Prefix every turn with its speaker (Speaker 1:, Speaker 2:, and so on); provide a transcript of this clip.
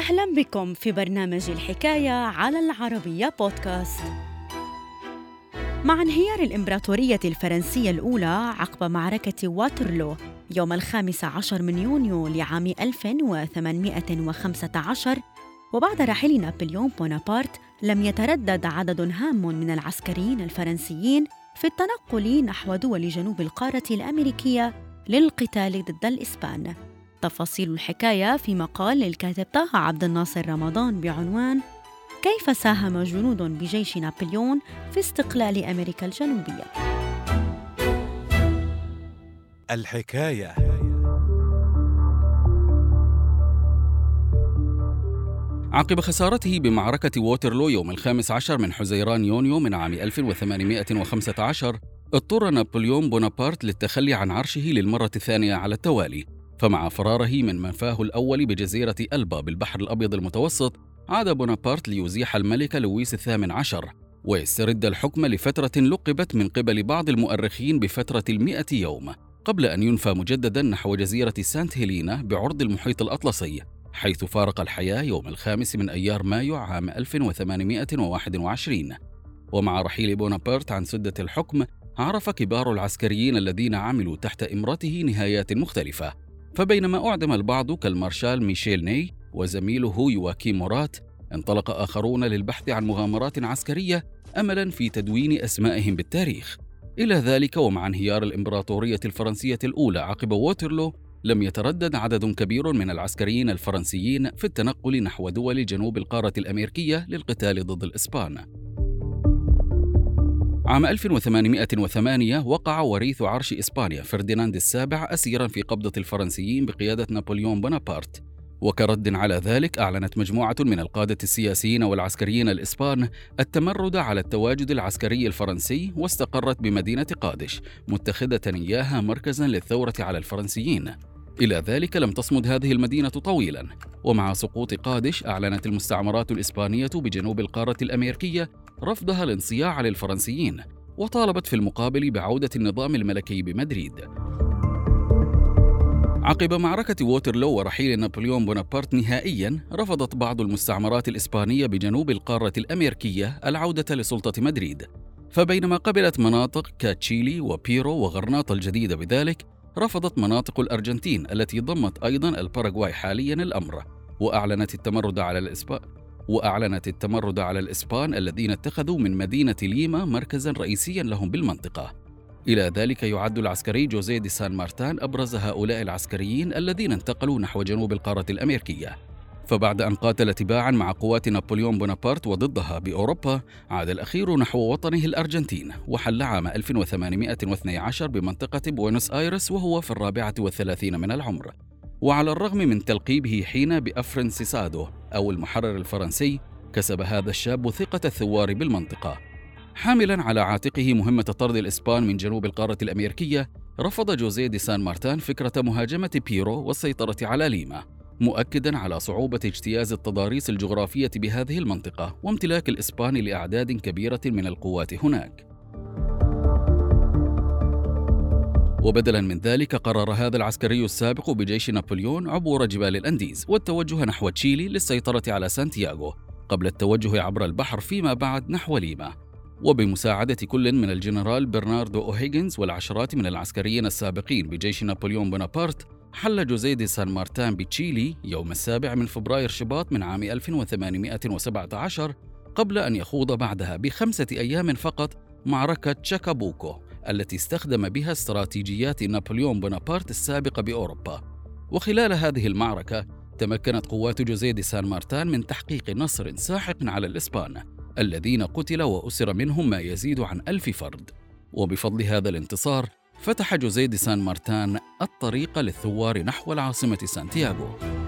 Speaker 1: أهلاً بكم في برنامج الحكاية على العربية بودكاست. مع انهيار الإمبراطورية الفرنسية الأولى عقب معركة واترلو يوم 15 من يونيو لعام 1815، وبعد رحيل نابليون بونابرت، لم يتردد عدد هام من العسكريين الفرنسيين في التنقل نحو دول جنوب القارة الأمريكية للقتال ضد الإسبان. تفاصيل الحكاية في مقال للكاتب طه عبد الناصر رمضان بعنوان كيف ساهم جنود بجيش نابليون في استقلال أمريكا الجنوبية.
Speaker 2: الحكاية.
Speaker 3: عقب خسارته بمعركة ووترلو يوم 15 من حزيران يونيو من عام 1815، اضطر نابليون بونابرت للتخلي عن عرشه للمرة الثانية على التوالي. فمع فراره من منفاه الأول بجزيرة ألبا بالبحر الأبيض المتوسط، عاد بونابرت ليزيح الملك لويس الثامن عشر ويسترد الحكم لفترة لقبت من قبل بعض المؤرخين بفترة 100 يوم، قبل أن ينفى مجددا نحو جزيرة سانت هيلينا بعرض المحيط الأطلسي، حيث فارق الحياة يوم 5 من أيار مايو عام 1821. ومع رحيل بونابرت عن سدة الحكم، عرف كبار العسكريين الذين عملوا تحت إمرته نهايات مختلفة. فبينما أعدم البعض كالمارشال ميشيل ني وزميله يواكيم مورات، انطلق آخرون للبحث عن مغامرات عسكرية أملاً في تدوين أسمائهم بالتاريخ. إلى ذلك، ومع انهيار الإمبراطورية الفرنسية الأولى عقب ووترلو، لم يتردد عدد كبير من العسكريين الفرنسيين في التنقل نحو دول جنوب القارة الأمريكية للقتال ضد الإسبان. عام 1808 وقع وريث عرش إسبانيا فرديناند السابع أسيراً في قبضة الفرنسيين بقيادة نابليون بونابرت، وكرد على ذلك أعلنت مجموعة من القادة السياسيين والعسكريين الإسبان التمرد على التواجد العسكري الفرنسي، واستقرت بمدينة قادش، متخذة إياها مركزاً للثورة على الفرنسيين. إلى ذلك لم تصمد هذه المدينة طويلاً، ومع سقوط قادش أعلنت المستعمرات الإسبانية بجنوب القارة الأمريكية رفضها الانصياع للفرنسيين، وطالبت في المقابل بعودة النظام الملكي بمدريد. عقب معركة ووترلو ورحيل نابليون بونابرت نهائياً، رفضت بعض المستعمرات الإسبانية بجنوب القارة الأمريكية العودة لسلطة مدريد. فبينما قبلت مناطق كتشيلي وبيرو وغرناطة الجديدة بذلك، رفضت مناطق الأرجنتين التي ضمت أيضاً الباراغواي حالياً الأمر، وأعلنت التمرد على الإسبان الذين اتخذوا من مدينة ليما مركزاً رئيسياً لهم بالمنطقة. إلى ذلك يعد العسكري جوزيه دي سان مارتان أبرز هؤلاء العسكريين الذين انتقلوا نحو جنوب القارة الأمريكية. فبعد أن قاتل تباعاً مع قوات نابليون بونابرت وضدها بأوروبا، عاد الأخير نحو وطنه الأرجنتين، وحل عام 1812 بمنطقة بوينوس آيرس وهو في 34 من العمر. وعلى الرغم من تلقيبه حين بأفرنسيسادو أو المحرر الفرنسي، كسب هذا الشاب ثقة الثوار بالمنطقة. حاملاً على عاتقه مهمة طرد الإسبان من جنوب القارة الأمريكية، رفض جوزيه دي سان مارتان فكرة مهاجمة بيرو والسيطرة على ليما، مؤكداً على صعوبة اجتياز التضاريس الجغرافية بهذه المنطقة وامتلاك الإسبان لأعداد كبيرة من القوات هناك. وبدلاً من ذلك، قرر هذا العسكري السابق بجيش نابليون عبور جبال الأنديز والتوجه نحو تشيلي للسيطرة على سانتياغو، قبل التوجه عبر البحر فيما بعد نحو ليما. وبمساعدة كل من الجنرال برناردو أوهيغنز والعشرات من العسكريين السابقين بجيش نابليون بونابرت، حل جوزيه دي سان مارتان بتشيلي يوم 7 من فبراير شباط من عام 1817، قبل أن يخوض بعدها ب5 أيام فقط معركة شاكابوكو التي استخدم بها استراتيجيات نابليون بونابرت السابقة بأوروبا. وخلال هذه المعركة تمكنت قوات جوزيه دي سان مارتان من تحقيق نصر ساحق على الإسبان الذين قتل وأسر منهم ما يزيد عن 1000 فرد. وبفضل هذا الانتصار فتح جوزيه دي سان مارتان الطريق للثوار نحو العاصمة سانتياغو.